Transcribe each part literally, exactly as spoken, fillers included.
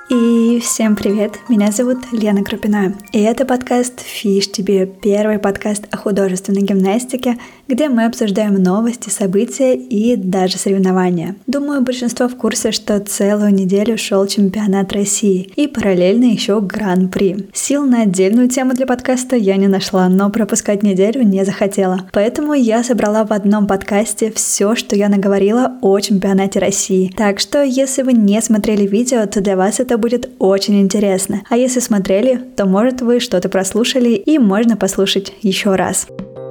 И всем привет, меня зовут Лена Крупина, и это подкаст «Фиш тебе», первый подкаст о художественной гимнастике, где мы обсуждаем новости, события и даже соревнования. Думаю, большинство в курсе, что целую неделю шел чемпионат России и параллельно еще Гран-при. Сил на отдельную тему для подкаста я не нашла, но пропускать неделю не захотела. Поэтому я собрала в одном подкасте все, что я наговорила о чемпионате России. Так что, если вы не смотрели видео, то для вас это будет очень интересно. А если смотрели, то, может, вы что-то прослушали и можно послушать еще раз.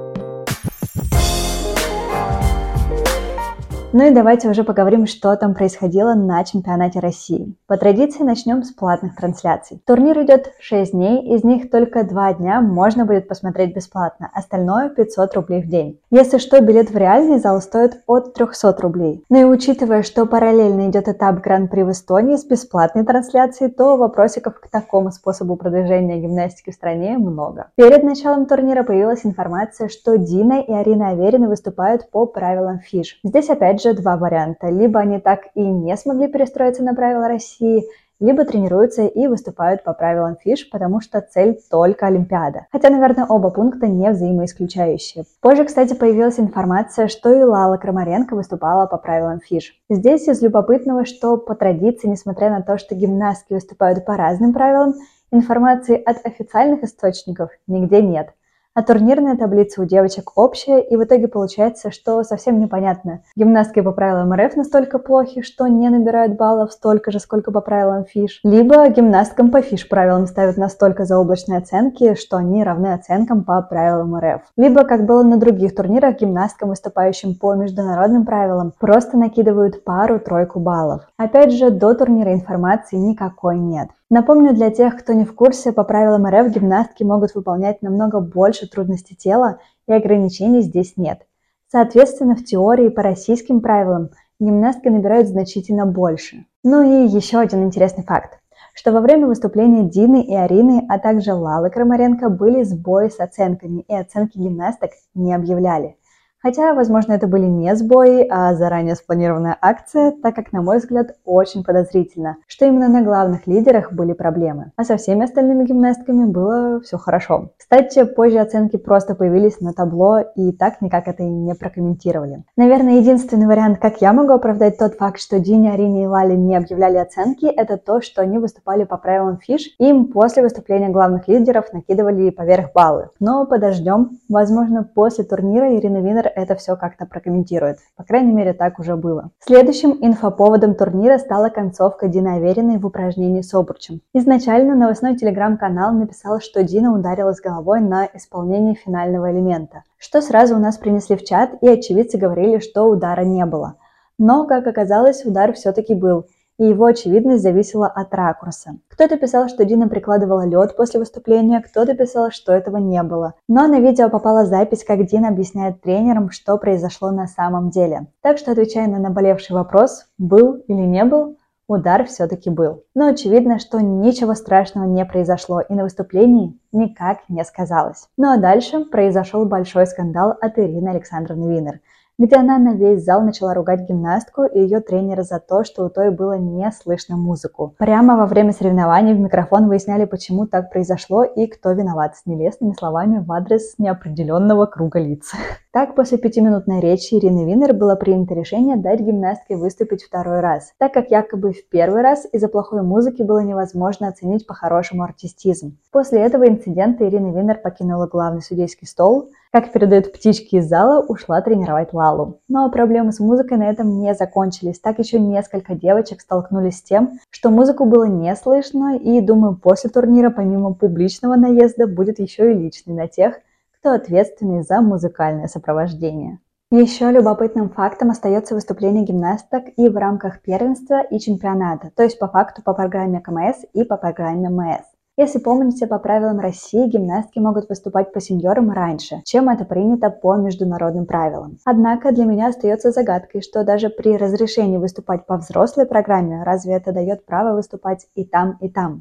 Ну и давайте уже поговорим, что там происходило на чемпионате России. По традиции начнем с платных трансляций. Турнир идет шесть дней, из них только два дня можно будет посмотреть бесплатно, остальное пятьсот рублей в день. Если что, билет в реальный зал стоит от триста рублей. Ну и учитывая, что параллельно идет этап Гран-при в Эстонии с бесплатной трансляцией, то вопросиков к такому способу продвижения гимнастики в стране много. Перед началом турнира появилась информация, что Дина и Арина Аверины выступают по правилам фиш. Здесь опять же два варианта. Либо они так и не смогли перестроиться на правила России, либо тренируются и выступают по правилам фиш, потому что цель только Олимпиада. Хотя, наверное, оба пункта не взаимоисключающие. Позже, кстати, появилась информация, что и Лала Крамаренко выступала по правилам фиш. Здесь из любопытного, что по традиции, несмотря на то, что гимнастки выступают по разным правилам, информации от официальных источников нигде нет. А турнирная таблица у девочек общая, и в итоге получается, что совсем непонятно. Гимнастки по правилам РФ настолько плохи, что не набирают баллов столько же, сколько по правилам фиш. Либо гимнасткам по фиш правилам ставят настолько заоблачные оценки, что они равны оценкам по правилам РФ. Либо, как было на других турнирах, гимнасткам, выступающим по международным правилам, просто накидывают пару-тройку баллов. Опять же, до турнира информации никакой нет. Напомню для тех, кто не в курсе, по правилам РФ гимнастки могут выполнять намного больше трудностей тела, и ограничений здесь нет. Соответственно, в теории по российским правилам гимнастки набирают значительно больше. Ну и еще один интересный факт, что во время выступления Дины и Арины, а также Лалы Крамаренко были сбои с оценками, и оценки гимнасток не объявляли. Хотя, возможно, это были не сбои, а заранее спланированная акция, так как, на мой взгляд, очень подозрительно, что именно на главных лидерах были проблемы, а со всеми остальными гимнастками было все хорошо. Кстати, позже оценки просто появились на табло и так никак это и не прокомментировали. Наверное, единственный вариант, как я могу оправдать тот факт, что Дине, Арине и Лале не объявляли оценки, это то, что они выступали по правилам фиш, и им после выступления главных лидеров накидывали поверх баллы. Но подождем, возможно, после турнира Ирина Винер это все как-то прокомментирует. По крайней мере, так уже было. Следующим инфоповодом турнира стала концовка Дины Авериной в упражнении с обручем. Изначально новостной телеграм-канал написал, что Дина ударилась головой на исполнении финального элемента, что сразу у нас принесли в чат, и очевидцы говорили, что удара не было. Но, как оказалось, удар все-таки был, и его очевидность зависела от ракурса. Кто-то писал, что Дина прикладывала лед после выступления, кто-то писал, что этого не было. Но на видео попала запись, как Дина объясняет тренерам, что произошло на самом деле. Так что, отвечая на наболевший вопрос, был или не был, удар все-таки был. Но очевидно, что ничего страшного не произошло, и на выступлении никак не сказалось. Ну а дальше произошел большой скандал от Ирины Александровны Винер, где она на весь зал начала ругать гимнастку и ее тренера за то, что у той было не слышно музыку. Прямо во время соревнований в микрофон выясняли, почему так произошло и кто виноват, с нелестными словами в адрес неопределенного круга лиц. Так, после пятиминутной речи Ирины Винер было принято решение дать гимнастке выступить второй раз, так как якобы в первый раз из-за плохой музыки было невозможно оценить по-хорошему артистизм. После этого инцидента Ирина Винер покинула главный судейский стол. Как передают птички из зала, ушла тренировать Лалу. Но проблемы с музыкой на этом не закончились. Так еще несколько девочек столкнулись с тем, что музыку было не слышно, и, думаю, после турнира помимо публичного наезда будет еще и личный на тех, кто ответственный за музыкальное сопровождение. Еще любопытным фактом остается выступление гимнасток и в рамках первенства и чемпионата, то есть по факту по программе КМС и по программе МС. Если помните, по правилам России гимнастки могут выступать по сеньорам раньше, чем это принято по международным правилам. Однако для меня остается загадкой, что даже при разрешении выступать по взрослой программе, разве это дает право выступать и там, и там?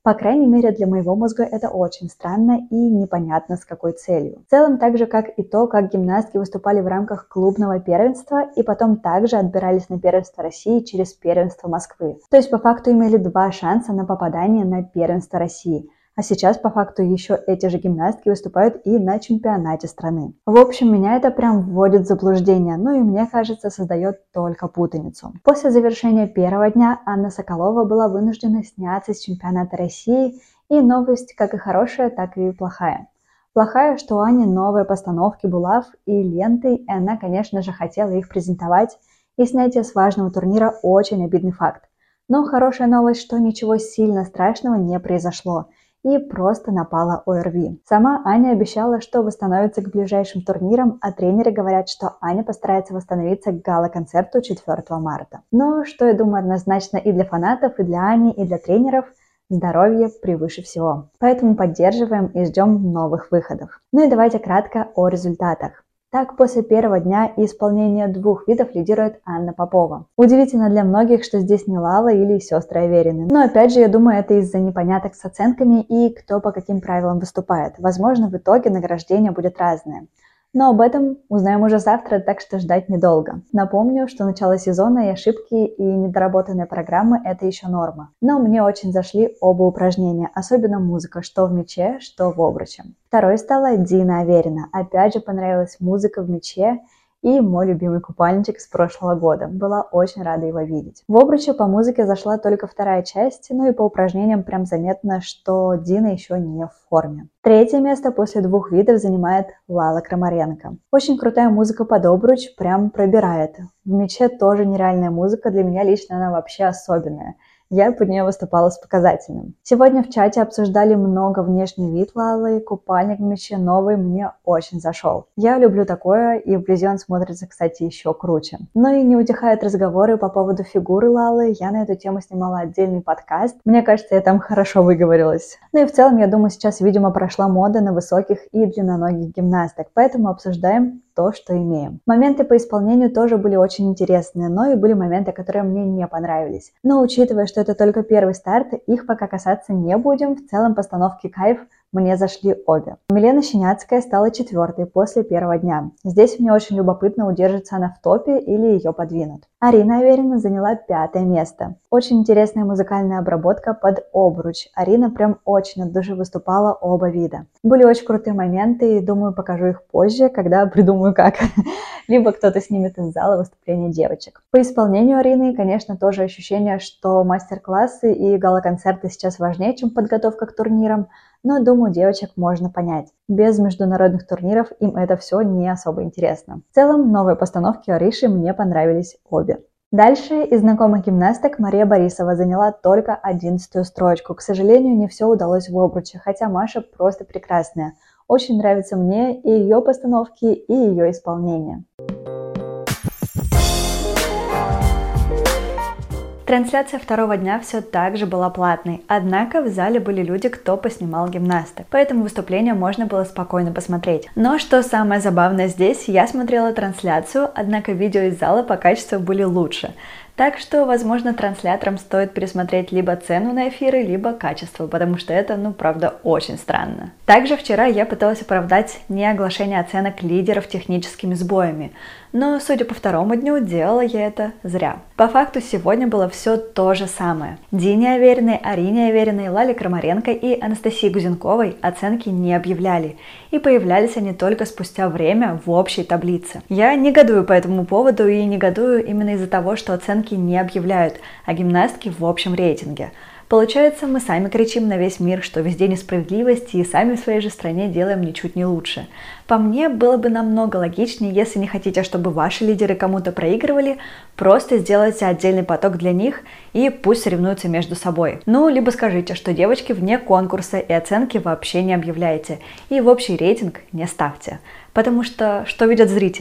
По крайней мере, для моего мозга это очень странно и непонятно с какой целью. В целом, так же, как и то, как гимнастки выступали в рамках клубного первенства и потом также отбирались на первенство России через первенство Москвы. То есть, по факту имели два шанса на попадание на первенство России. А сейчас, по факту, еще эти же гимнастки выступают и на чемпионате страны. В общем, меня это прям вводит в заблуждение, ну и мне кажется, создает только путаницу. После завершения первого дня Анна Соколова была вынуждена сняться с чемпионата России, и новость как и хорошая, так и плохая. Плохая, что у Ани новые постановки булав и ленты, и она, конечно же, хотела их презентовать, и снятие с важного турнира очень обидный факт. Но хорошая новость, что ничего сильно страшного не произошло, и просто напала ОРВИ. Сама Аня обещала, что восстановится к ближайшим турнирам, а тренеры говорят, что Аня постарается восстановиться к гала-концерту четвёртого марта. Но, что я думаю, однозначно и для фанатов, и для Ани, и для тренеров – здоровье превыше всего. Поэтому поддерживаем и ждем новых выходов. Ну и давайте кратко о результатах. Так, после первого дня и исполнения двух видов лидирует Анна Попова. Удивительно для многих, что здесь не Лала или сестры Аверины. Но опять же, я думаю, это из-за непоняток с оценками и кто по каким правилам выступает. Возможно, в итоге награждение будет разное. Но об этом узнаем уже завтра, так что ждать недолго. Напомню, что начало сезона и ошибки, и недоработанные программы – это еще норма. Но мне очень зашли оба упражнения, особенно музыка, что в мяче, что в обруче. Второй стала Дина Аверина. Опять же понравилась музыка в мяче и мой любимый купальничек с прошлого года. Была очень рада его видеть. В обруче по музыке зашла только вторая часть, ну и по упражнениям прям заметно, что Дина еще не в форме. Третье место после двух видов занимает Лала Крамаренко. Очень крутая музыка под обруч, прям пробирает. В мяче тоже нереальная музыка, для меня лично она вообще особенная. Я под нее выступала с показательным. Сегодня в чате обсуждали много внешний вид Лалы, купальник в мяче новый мне очень зашел. Я люблю такое, и вблизи он смотрится, кстати, еще круче. Но и не утихают разговоры по поводу фигуры Лалы, я на эту тему снимала отдельный подкаст. Мне кажется, я там хорошо выговорилась. Ну и в целом, я думаю, сейчас, видимо, прошла мода на высоких и длинноногих гимнасток, поэтому обсуждаем то, что имеем. Моменты по исполнению тоже были очень интересные, но и были моменты, которые мне не понравились. Но учитывая, что это только первый старт, их пока касаться не будем. В целом постановки кайф, мне зашли обе. Милена Щеняцкая стала четвертой после первого дня. Здесь мне очень любопытно, удержится она в топе или ее подвинут. Арина Аверина заняла пятое место. Очень интересная музыкальная обработка под обруч. Арина прям очень от души выступала оба вида. Были очень крутые моменты, и думаю, покажу их позже, когда придумаю как. Либо кто-то снимет из зала выступления девочек. По исполнению Арины, конечно, тоже ощущение, что мастер-классы и гала-концерты сейчас важнее, чем подготовка к турнирам, но, думаю, девочек можно понять. Без международных турниров им это все не особо интересно. В целом, новые постановки Ариши мне понравились обе. Дальше из знакомых гимнасток Мария Борисова заняла только одиннадцатую строчку. К сожалению, не все удалось в обруче, хотя Маша просто прекрасная. Очень нравятся мне и ее постановки, и ее исполнение. Трансляция второго дня все так же была платной, однако в зале были люди, кто поснимал гимнасток, поэтому выступление можно было спокойно посмотреть. Но что самое забавное здесь, я смотрела трансляцию, однако видео из зала по качеству были лучше. Так что, возможно, трансляторам стоит пересмотреть либо цену на эфиры, либо качество, потому что это, ну, правда, очень странно. Также вчера я пыталась оправдать неоглашение оценок лидеров техническими сбоями, но, судя по второму дню, делала я это зря. По факту, сегодня было все то же самое. Дине Авериной, Арине Авериной, Лале Крамаренко и Анастасии Гузенковой оценки не объявляли, и появлялись они только спустя время в общей таблице. Я негодую по этому поводу и негодую именно из-за того, что оценки не объявляют, а гимнастки в общем рейтинге. Получается, мы сами кричим на весь мир, что везде несправедливость, и сами в своей же стране делаем ничуть не лучше. По мне, было бы намного логичнее, если не хотите, чтобы ваши лидеры кому-то проигрывали, просто сделайте отдельный поток для них и пусть соревнуются между собой. Ну, либо скажите, что девочки вне конкурса и оценки вообще не объявляете, и в общий рейтинг не ставьте. Потому что что видят зрители?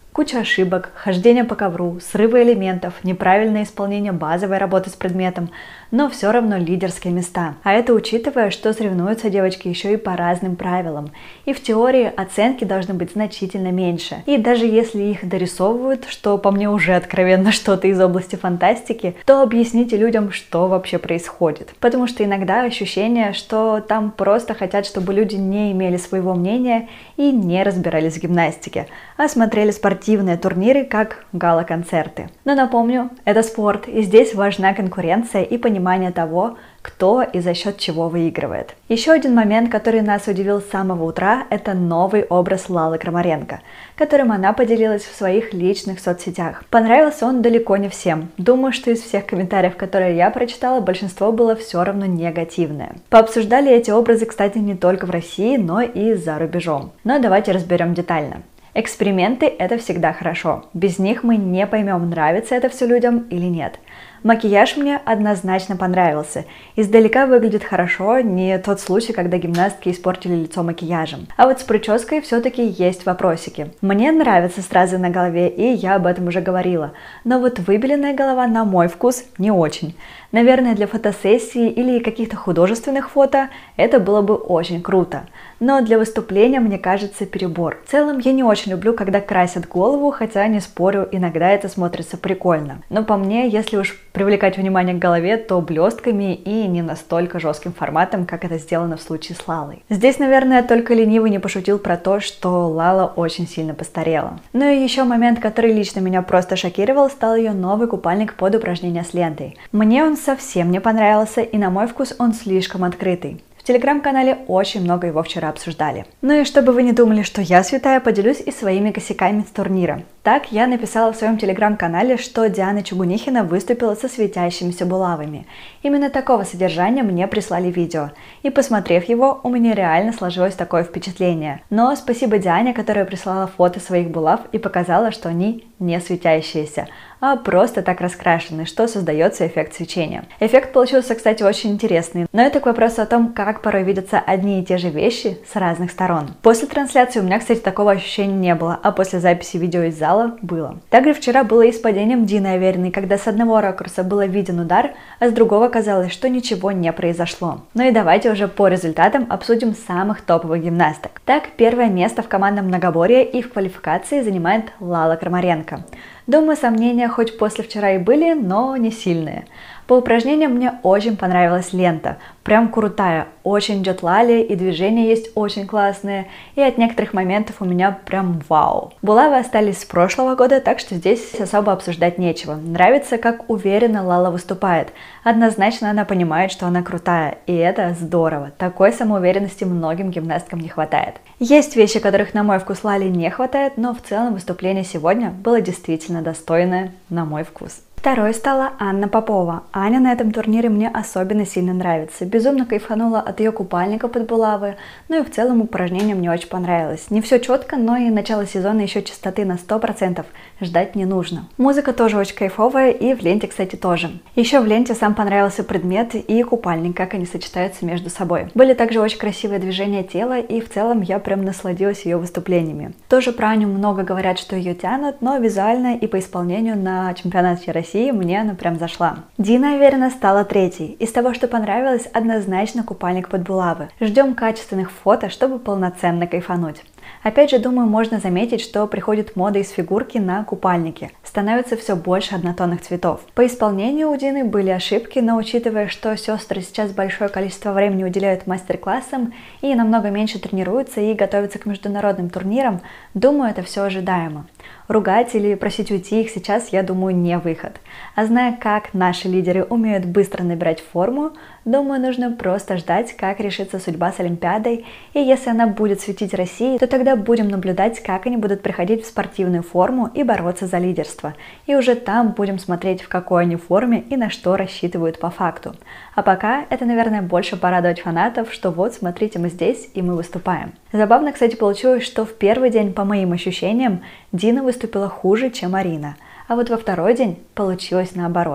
Куча ошибок, хождение по ковру, срывы элементов, неправильное исполнение базовой работы с предметом, но все равно лидерские места. А это учитывая, что соревнуются девочки еще и по разным правилам. И в теории оценки должны быть значительно меньше. И даже если их дорисовывают, что по мне уже откровенно что-то из области фантастики, то объясните людям, что вообще происходит. Потому что иногда ощущение, что там просто хотят, чтобы люди не имели своего мнения и не разбирались в гимнастике, а смотрели спортивные турниры как гала-концерты. Но напомню, это спорт, и здесь важна конкуренция и понимание того, кто и за счет чего выигрывает. Еще один момент, который нас удивил с самого утра, это новый образ Лалы Крамаренко, которым она поделилась в своих личных соцсетях. Понравился он далеко не всем. Думаю, что из всех комментариев, которые я прочитала, большинство было все равно негативное. Пообсуждали эти образы, кстати, не только в России, но и за рубежом. Но давайте разберем детально. Эксперименты – это всегда хорошо. Без них мы не поймем, нравится это все людям или нет. Макияж мне однозначно понравился. Издалека выглядит хорошо, не тот случай, когда гимнастки испортили лицо макияжем. А вот с прической все-таки есть вопросики. Мне нравятся стразы на голове, и я об этом уже говорила. Но вот выбеленная голова на мой вкус не очень. Наверное, для фотосессии или каких-то художественных фото это было бы очень круто. Но для выступления, мне кажется, перебор. В целом, я не очень люблю, когда красят голову, хотя, не спорю, иногда это смотрится прикольно. Но по мне, если уж привлекать внимание к голове, то блестками и не настолько жестким форматом, как это сделано в случае с Лалой. Здесь, наверное, только ленивый не пошутил про то, что Лала очень сильно постарела. Ну и еще момент, который лично меня просто шокировал, стал ее новый купальник под упражнения с лентой. Мне он совсем не понравился, и на мой вкус он слишком открытый. В телеграм-канале очень много его вчера обсуждали. Ну и чтобы вы не думали, что я святая, поделюсь и своими косяками с турнира. Так, я написала в своем телеграм-канале, что Диана Чугунихина выступила со светящимися булавами. Именно такого содержания мне прислали видео. И посмотрев его, у меня реально сложилось такое впечатление. Но спасибо Диане, которая прислала фото своих булав и показала, что они не светящиеся, а просто так раскрашены, что создается эффект свечения. Эффект получился, кстати, очень интересный, но это к вопросу о том, как порой видятся одни и те же вещи с разных сторон. После трансляции у меня, кстати, такого ощущения не было, а после записи видео из зала было. Также вчера было и с падением Дины Авериной, когда с одного ракурса было виден удар, а с другого казалось, что ничего не произошло. Ну и давайте уже по результатам обсудим самых топовых гимнасток. Так, первое место в командном многоборье и в квалификации занимает Лала Крамаренко. Думаю, сомнения хоть после вчера и были, но не сильные. По упражнениям мне очень понравилась лента. Прям крутая, очень идет Лали, и движения есть очень классные, и от некоторых моментов у меня прям вау. Булавы остались с прошлого года, так что здесь особо обсуждать нечего. Нравится, как уверенно Лала выступает. Однозначно она понимает, что она крутая, и это здорово. Такой самоуверенности многим гимнасткам не хватает. Есть вещи, которых на мой вкус Лали не хватает, но в целом выступление сегодня было действительно достойное на мой вкус. Второй стала Анна Попова. Аня на этом турнире мне особенно сильно нравится. Безумно кайфанула от ее купальника под булавы, ну и в целом упражнение мне очень понравилось. Не все четко, но и начало сезона еще чистоты на сто процентов ждать не нужно. Музыка тоже очень кайфовая, и в ленте, кстати, тоже. Еще в ленте сам понравился предмет и купальник, как они сочетаются между собой. Были также очень красивые движения тела, и в целом я прям насладилась ее выступлениями. Тоже про Аню много говорят, что ее тянут, но визуально и по исполнению на чемпионате России мне она прям зашла. Дина Аверина стала третьей. Из того, что понравилось, однозначно купальник под булавы. Ждем качественных фото, чтобы полноценно кайфануть. Опять же, думаю, можно заметить, что приходит мода из фигурки на купальники. Становится все больше однотонных цветов. По исполнению у Дины были ошибки, но учитывая, что сестры сейчас большое количество времени уделяют мастер-классам и намного меньше тренируются и готовятся к международным турнирам, думаю, это все ожидаемо. Ругать или просить уйти их сейчас, я думаю, не выход. А зная, как наши лидеры умеют быстро набирать форму, думаю, нужно просто ждать, как решится судьба с Олимпиадой, и если она будет светить России, то тогда будем наблюдать, как они будут приходить в спортивную форму и бороться за лидерство. И уже там будем смотреть, в какой они форме и на что рассчитывают по факту. А пока это, наверное, больше порадовать фанатов, что вот, смотрите, мы здесь и мы выступаем. Забавно, кстати, получилось, что в первый день, по моим ощущениям, Дина выступила хуже, чем Арина, а вот во второй день получилось наоборот.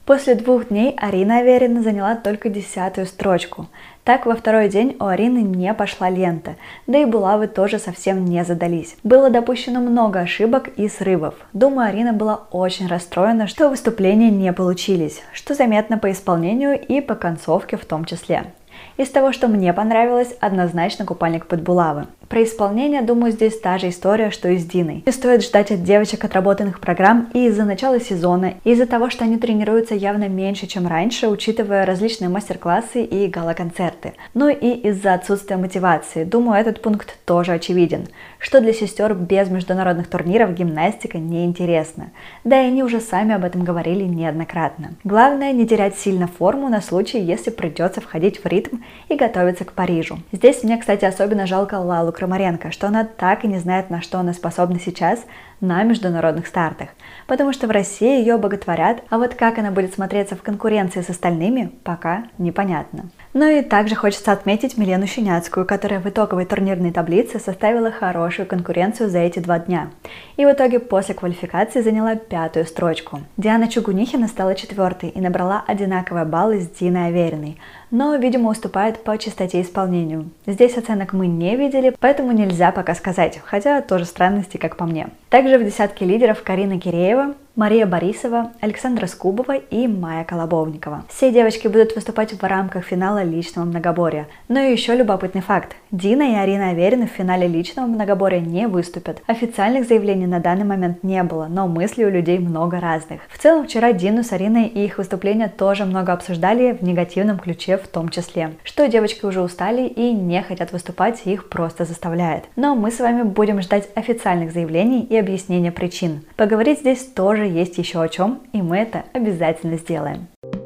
После двух дней Арина Аверина заняла только десятую строчку. Так, во второй день у Арины не пошла лента, да и булавы тоже совсем не задались. Было допущено много ошибок и срывов. Думаю, Арина была очень расстроена, что выступления не получились, что заметно по исполнению и по концовке в том числе. Из того, что мне понравилось, однозначно купальник под булавы. Про исполнение, думаю, здесь та же история, что и с Диной. Не стоит ждать от девочек отработанных программ и из-за начала сезона, и из-за того, что они тренируются явно меньше, чем раньше, учитывая различные мастер-классы и гала-концерты. Ну и из-за отсутствия мотивации. Думаю, этот пункт тоже очевиден, что для сестер без международных турниров гимнастика неинтересна. Да и они уже сами об этом говорили неоднократно. Главное, не терять сильно форму на случай, если придется входить в ритм и готовиться к Парижу. Здесь мне, кстати, особенно жалко Лалу Крамаренко, что она так и не знает, на что она способна сейчас на международных стартах, потому что в России ее боготворят, а вот как она будет смотреться в конкуренции с остальными, пока непонятно. Ну и также хочется отметить Милену Щеняцкую, которая в итоговой турнирной таблице составила хорошую конкуренцию за эти два дня. И в итоге после квалификации заняла пятую строчку. Диана Чугунихина стала четвертой и набрала одинаковые баллы с Диной Авериной, но, видимо, уступает по частоте исполнению. Здесь оценок мы не видели, поэтому нельзя пока сказать, хотя тоже странности, как по мне. Также в десятке лидеров Карина Киреева, Мария Борисова, Александра Скубова и Майя Колобовникова. Все девочки будут выступать в рамках финала личного многоборья. Но и еще любопытный факт. Дина и Арина Аверина в финале личного многоборья не выступят. Официальных заявлений на данный момент не было, но мыслей у людей много разных. В целом, вчера Дину с Ариной и их выступления тоже много обсуждали в негативном ключе в том числе. Что девочки уже устали и не хотят выступать, их просто заставляет. Но мы с вами будем ждать официальных заявлений и объяснения причин. Поговорить здесь тоже есть еще о чем, и мы это обязательно сделаем.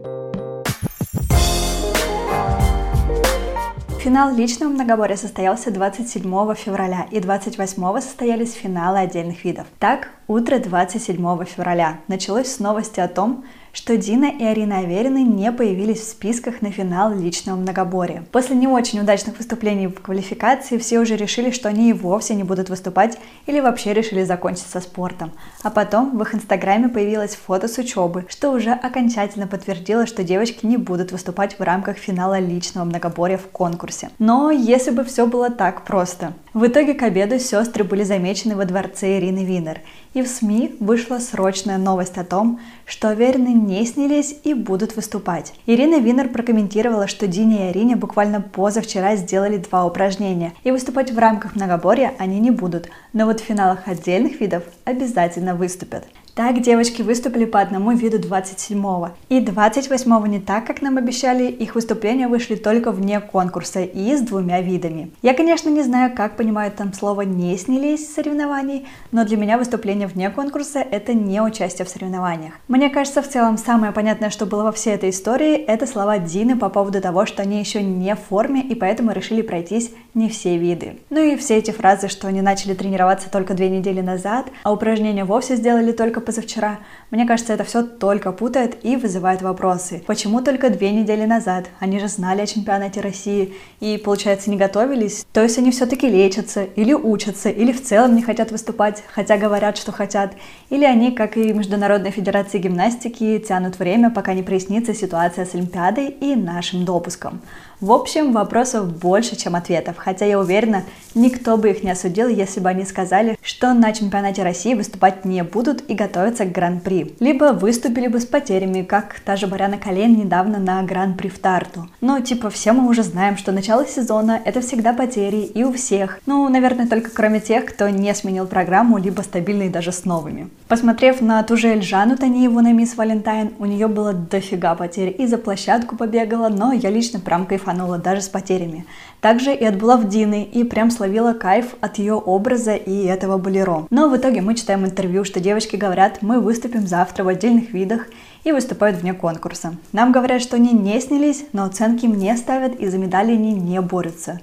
Финал личного многоборья состоялся двадцать седьмого февраля, и двадцать восьмого состоялись финалы отдельных видов. Так, утро двадцать седьмого февраля началось с новости о том, что Дина и Арина Аверины не появились в списках на финал личного многоборья. После не очень удачных выступлений в квалификации все уже решили, что они и вовсе не будут выступать или вообще решили закончить со спортом. А потом в их инстаграме появилось фото с учебы, что уже окончательно подтвердило, что девочки не будут выступать в рамках финала личного многоборья в конкурсе. Но если бы все было так просто. В итоге к обеду сестры были замечены во дворце Ирины Винер, и в СМИ вышла срочная новость о том, что Аверины не снялись и будут выступать. Ирина Винер прокомментировала, что Дине и Арине буквально позавчера сделали два упражнения, и выступать в рамках многоборья они не будут, но вот в финалах отдельных видов обязательно выступят. Так девочки выступили по одному виду двадцать седьмого. И двадцать восьмого не так, как нам обещали, их выступления вышли только вне конкурса и с двумя видами. Я, конечно, не знаю, как понимают там слово «не снялись» с соревнований, но для меня выступление вне конкурса – это не участие в соревнованиях. Мне кажется, в целом самое понятное, что было во всей этой истории, это слова Дины по поводу того, что они еще не в форме и поэтому решили пройтись не все виды. Ну и все эти фразы, что они начали тренироваться только две недели назад, а упражнения вовсе сделали только позавчера. Мне кажется, это все только путает и вызывает вопросы. Почему только две недели назад? Они же знали о чемпионате России и, получается, не готовились? То есть они все-таки лечатся или учатся, или в целом не хотят выступать, хотя говорят, что хотят. Или они, как и Международная федерация гимнастики, тянут время, пока не прояснится ситуация с Олимпиадой и нашим допуском. В общем, вопросов больше, чем ответов, хотя я уверена, никто бы их не осудил, если бы они сказали, что на чемпионате России выступать не будут и готовятся к Гран-при. Либо выступили бы с потерями, как та же Боряна Колен недавно на Гран-при в Тарту. Ну, типа, все мы уже знаем, что начало сезона – это всегда потери и у всех. Ну, наверное, только кроме тех, кто не сменил программу, либо стабильный даже с новыми. Посмотрев на ту же Эльжану Танееву на Мисс Валентайн, у нее было дофига потерь, и за площадку побегала, но я лично прям кайфанула даже с потерями. Также и от булав Дины, и прям словила кайф от ее образа и этого болеро. Но в итоге мы читаем интервью, что девочки говорят, мы выступим завтра в отдельных видах и выступают вне конкурса. Нам говорят, что они не снялись, но оценки им не ставят и за медали они не борются.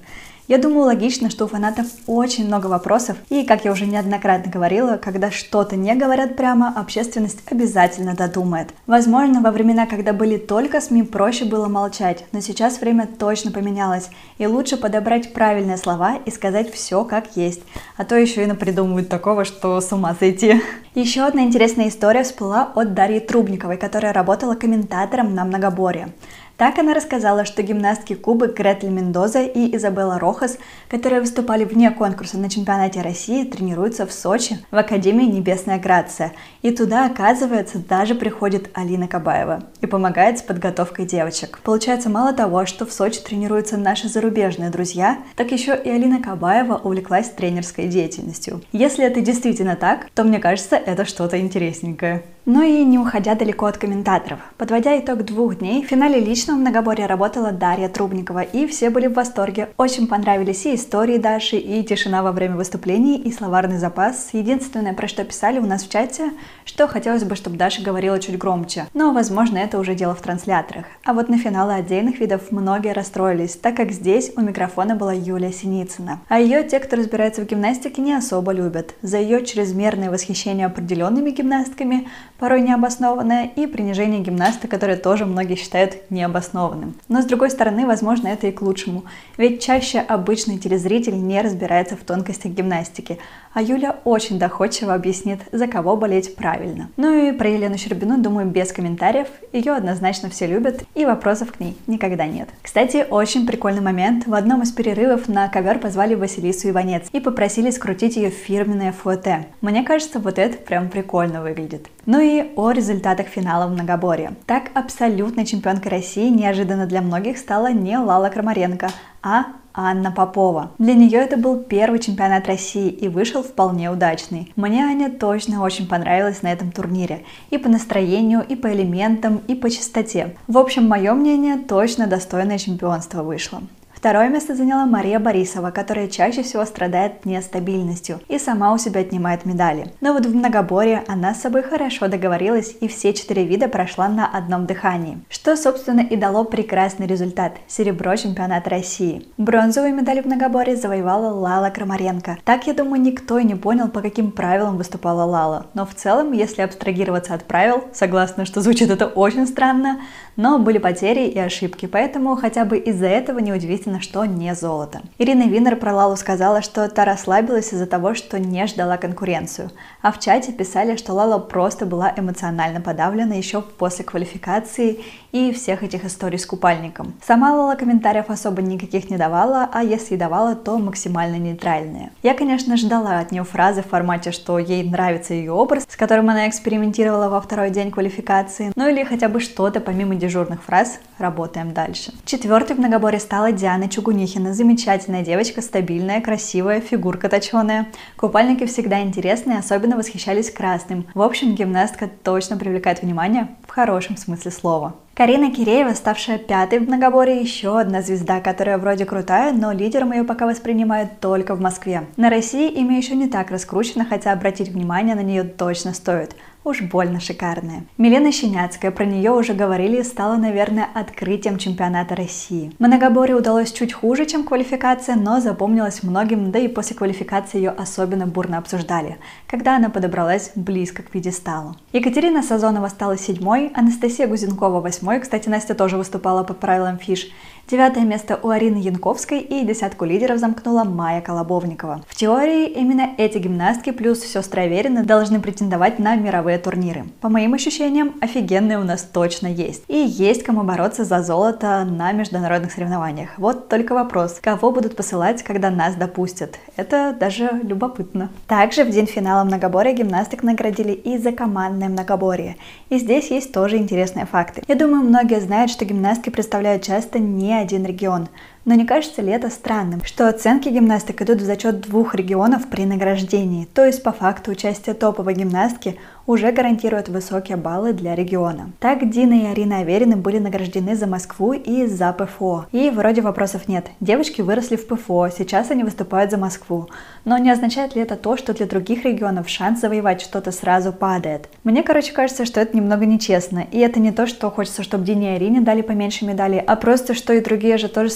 Я думаю, логично, что у фанатов очень много вопросов, и, как я уже неоднократно говорила, когда что-то не говорят прямо, общественность обязательно додумает. Возможно, во времена, когда были только СМИ, проще было молчать, но сейчас время точно поменялось, и лучше подобрать правильные слова и сказать все как есть, а то еще и напридумывают такого, что с ума сойти. Еще одна интересная история всплыла от Дарьи Трубниковой, которая работала комментатором на многоборье. Так она рассказала, что гимнастки Кубы Гретель Мендоза и Изабелла Рохас, которые выступали вне конкурса на чемпионате России, тренируются в Сочи в Академии Небесная Грация. И туда, оказывается, даже приходит Алина Кабаева и помогает с подготовкой девочек. Получается, мало того, что в Сочи тренируются наши зарубежные друзья, так еще и Алина Кабаева увлеклась тренерской деятельностью. Если это действительно так, то мне кажется, это что-то интересненькое. Ну и не уходя далеко от комментаторов. Подводя итог двух дней, в финале личного многоборья работала Дарья Трубникова, и все были в восторге. Очень понравились и истории Даши, и тишина во время выступлений, и словарный запас. Единственное, про что писали у нас в чате, что хотелось бы, чтобы Даша говорила чуть громче. Но, возможно, это уже дело в трансляторах. А вот на финалы отдельных видов многие расстроились, так как здесь у микрофона была Юлия Синицына. А ее те, кто разбирается в гимнастике, не особо любят. За ее чрезмерное восхищение определенными гимнастками, порой необоснованное, и принижение гимнаста, которое тоже многие считают необоснованным. Но с другой стороны, возможно, это и к лучшему, ведь чаще обычный телезритель не разбирается в тонкостях гимнастики, а Юля очень доходчиво объяснит, за кого болеть правильно. Ну и про Елену Щербину, думаю, без комментариев, ее однозначно все любят, и вопросов к ней никогда нет. Кстати, очень прикольный момент, в одном из перерывов на ковер позвали Василису Иванец и попросили скрутить ее фирменное фуэте. Мне кажется, вот это прям прикольно выглядит. Ну и о результатах финала в многоборье. Так, абсолютной чемпионкой России неожиданно для многих стала не Лала Крамаренко, а Анна Попова. Для нее это был первый чемпионат России и вышел вполне удачный. Мне Аня точно очень понравилась на этом турнире. И по настроению, и по элементам, и по чистоте. В общем, мое мнение, точно достойное чемпионство вышло. Второе место заняла Мария Борисова, которая чаще всего страдает нестабильностью и сама у себя отнимает медали. Но вот в многоборье она с собой хорошо договорилась и все четыре вида прошла на одном дыхании. Что, собственно, и дало прекрасный результат – серебро чемпионата России. Бронзовую медаль в многоборье завоевала Лала Крамаренко. Так, я думаю, никто и не понял, по каким правилам выступала Лала. Но в целом, если абстрагироваться от правил, согласна, что звучит это очень странно, но были потери и ошибки, поэтому хотя бы из-за этого неудивительно, что не золото. Ирина Винер про Лалу сказала, что та расслабилась из-за того, что не ждала конкуренцию. А в чате писали, что Лала просто была эмоционально подавлена еще после квалификации и всех этих историй с купальником. Сама Лала комментариев особо никаких не давала, а если и давала, то максимально нейтральные. Я, конечно, ждала от нее фразы в формате, что ей нравится ее образ, с которым она экспериментировала во второй день квалификации, ну или хотя бы что-то помимо дежурных фраз «работаем дальше». Четвертой в многоборье стала Диана Чугунихина. Замечательная девочка, стабильная, красивая, фигурка точеная. Купальники всегда интересные, особенно восхищались красным. В общем, гимнастка точно привлекает внимание в хорошем смысле слова. Карина Киреева, ставшая пятой в многоборье, еще одна звезда, которая вроде крутая, но лидером ее пока воспринимают только в Москве. На России имя еще не так раскручено, хотя обратить внимание на нее точно стоит. Уж больно шикарная. Милена Щеняцкая, про нее уже говорили, стала, наверное, открытием чемпионата России. Многоборье удалось чуть хуже, чем квалификация, но запомнилась многим, да и после квалификации ее особенно бурно обсуждали, когда она подобралась близко к пьедесталу. Екатерина Сазонова стала седьмой, Анастасия Гузенкова восьмой, кстати, Настя тоже выступала по правилам фиш. Девятое место у Арины Янковской и десятку лидеров замкнула Майя Колобовникова. В теории именно эти гимнастки плюс сестры Аверины должны претендовать на мировые турниры. По моим ощущениям, офигенные у нас точно есть. И есть кому бороться за золото на международных соревнованиях. Вот только вопрос, кого будут посылать, когда нас допустят? Это даже любопытно. Также в день финала многоборья гимнасток наградили и за командное многоборье. И здесь есть тоже интересные факты. Я думаю, многие знают, что гимнастки представляют часто не один регион. Но не кажется ли это странным, что оценки гимнасток идут в зачет двух регионов при награждении, то есть по факту участие топовой гимнастки уже гарантирует высокие баллы для региона. Так Дина и Арина Аверины были награждены за Москву и за ПФО. И вроде вопросов нет. Девочки выросли в ПФО, сейчас они выступают за Москву. Но не означает ли это то, что для других регионов шанс завоевать что-то сразу падает? Мне, короче, кажется, что это немного нечестно. И это не то, что хочется, чтобы Дине и Арине дали поменьше медалей, а просто, что и другие же тоже стараются,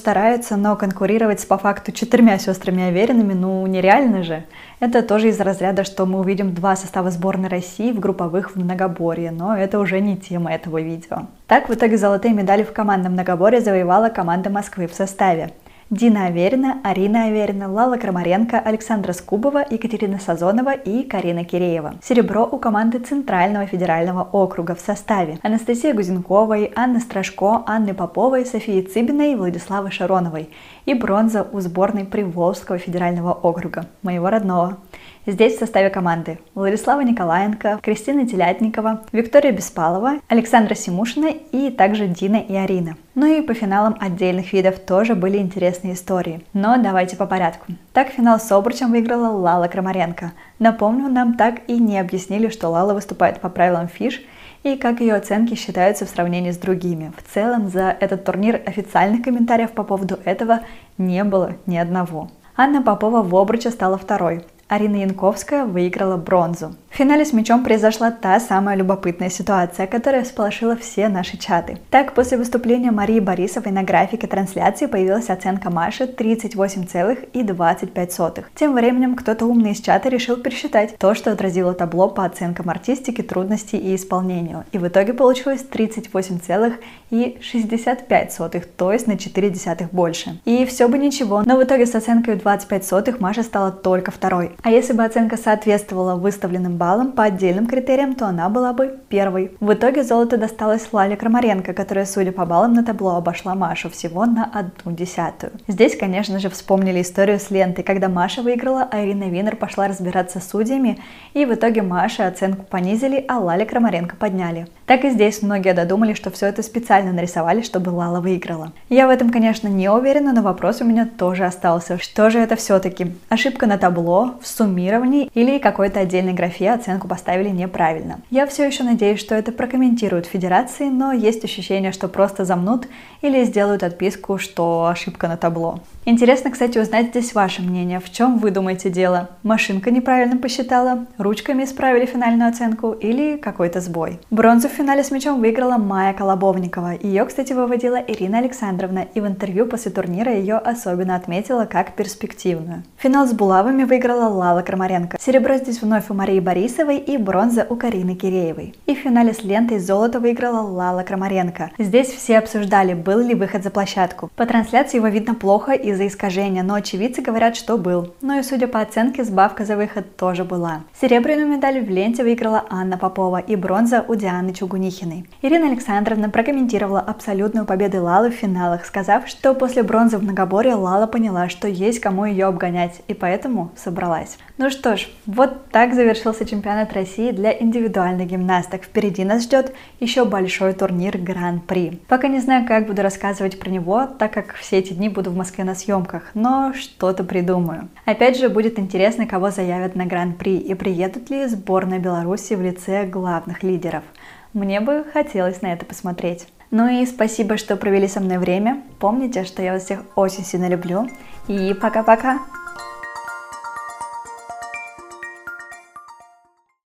встречаются, но конкурировать с по факту четырьмя сестрами Авериными, ну нереально же. Это тоже из разряда, что мы увидим два состава сборной России в групповых в многоборье, но это уже не тема этого видео. Так, в итоге золотые медали в командном многоборье завоевала команда Москвы в составе: Дина Аверина, Арина Аверина, Лала Крамаренко, Александра Скубова, Екатерина Сазонова и Карина Киреева. Серебро у команды Центрального федерального округа в составе: Анастасии Гузенковой, Анны Страшко, Анны Поповой, Софии Цыбиной и Владиславы Шароновой. И бронза у сборной Приволжского федерального округа, моего родного. Здесь в составе команды Владислава Николаенко, Кристина Телятникова, Виктория Беспалова, Александра Симушина и также Дина и Арина. Ну и по финалам отдельных видов тоже были интересные истории. Но давайте по порядку. Так, финал с обручем выиграла Лала Крамаренко. Напомню, нам так и не объяснили, что Лала выступает по правилам фиш и как ее оценки считаются в сравнении с другими. В целом за этот турнир официальных комментариев по поводу этого не было ни одного. Анна Попова в обруче стала второй. Арина Янковская выиграла бронзу. В финале с мячом произошла та самая любопытная ситуация, которая всполошила все наши чаты. Так, после выступления Марии Борисовой на графике трансляции появилась оценка Маши тридцать восемь целых двадцать пять сотых. Тем временем кто-то умный из чата решил пересчитать то, что отразило табло по оценкам артистики, трудности и исполнению. И в итоге получилось тридцать восемь целых шестьдесят пять сотых, то есть на четыре десятых больше. И все бы ничего, но в итоге с оценкой двадцать пять сотых Маша стала только второй. А если бы оценка соответствовала выставленным баллам по отдельным критериям, то она была бы первой. В итоге золото досталось Лале Крамаренко, которая, судя по баллам на табло, обошла Машу всего на одну десятую. Здесь, конечно же, вспомнили историю с лентой, когда Маша выиграла, а Ирина Винер пошла разбираться с судьями, и в итоге Маше оценку понизили, а Лале Крамаренко подняли. Так и здесь многие додумали, что все это специально нарисовали, чтобы Лала выиграла. Я в этом, конечно, не уверена, но вопрос у меня тоже остался. Что же это все-таки? Ошибка на табло, в суммировании или какой-то отдельной графе оценку поставили неправильно? Я все еще надеюсь, что это прокомментируют федерации, но есть ощущение, что просто замнут или сделают отписку, что ошибка на табло. Интересно, кстати, узнать здесь ваше мнение. В чем вы думаете дело? Машинка неправильно посчитала? Ручками исправили финальную оценку? Или какой-то сбой? Бронзу в финале с мячом выиграла Майя Колобовникова. Ее, кстати, выводила Ирина Александровна, и в интервью после турнира ее особенно отметила как перспективную. Финал с булавами выиграла Лала Крамаренко. Серебро здесь вновь у Марии Борисовой и бронза у Карины Киреевой. И в финале с лентой золото выиграла Лала Крамаренко. Здесь все обсуждали, был ли выход за площадку. По трансляции его видно плохо из-за искажения, но очевидцы говорят, что был. Ну и судя по оценке, сбавка за выход тоже была. Серебряную медаль в ленте выиграла Анна Попова и бронза у Дианы Чугунихиной. Ирина Александровна прокомментировала абсолютную победу Лалы в финалах, сказав, что после бронзы в многоборье Лала поняла, что есть кому ее обгонять, и поэтому собралась. Ну что ж, вот так завершился чемпионат России для индивидуальных гимнасток. Впереди нас ждет еще большой турнир Гран-при. Пока не знаю, как буду рассказывать про него, так как все эти дни буду в Москве на съемках, но что-то придумаю. Опять же, будет интересно, кого заявят на Гран-при и приедут ли сборная Беларуси в лице главных лидеров. Мне бы хотелось на это посмотреть. Ну и спасибо, что провели со мной время. Помните, что я вас всех очень сильно люблю. И пока-пока!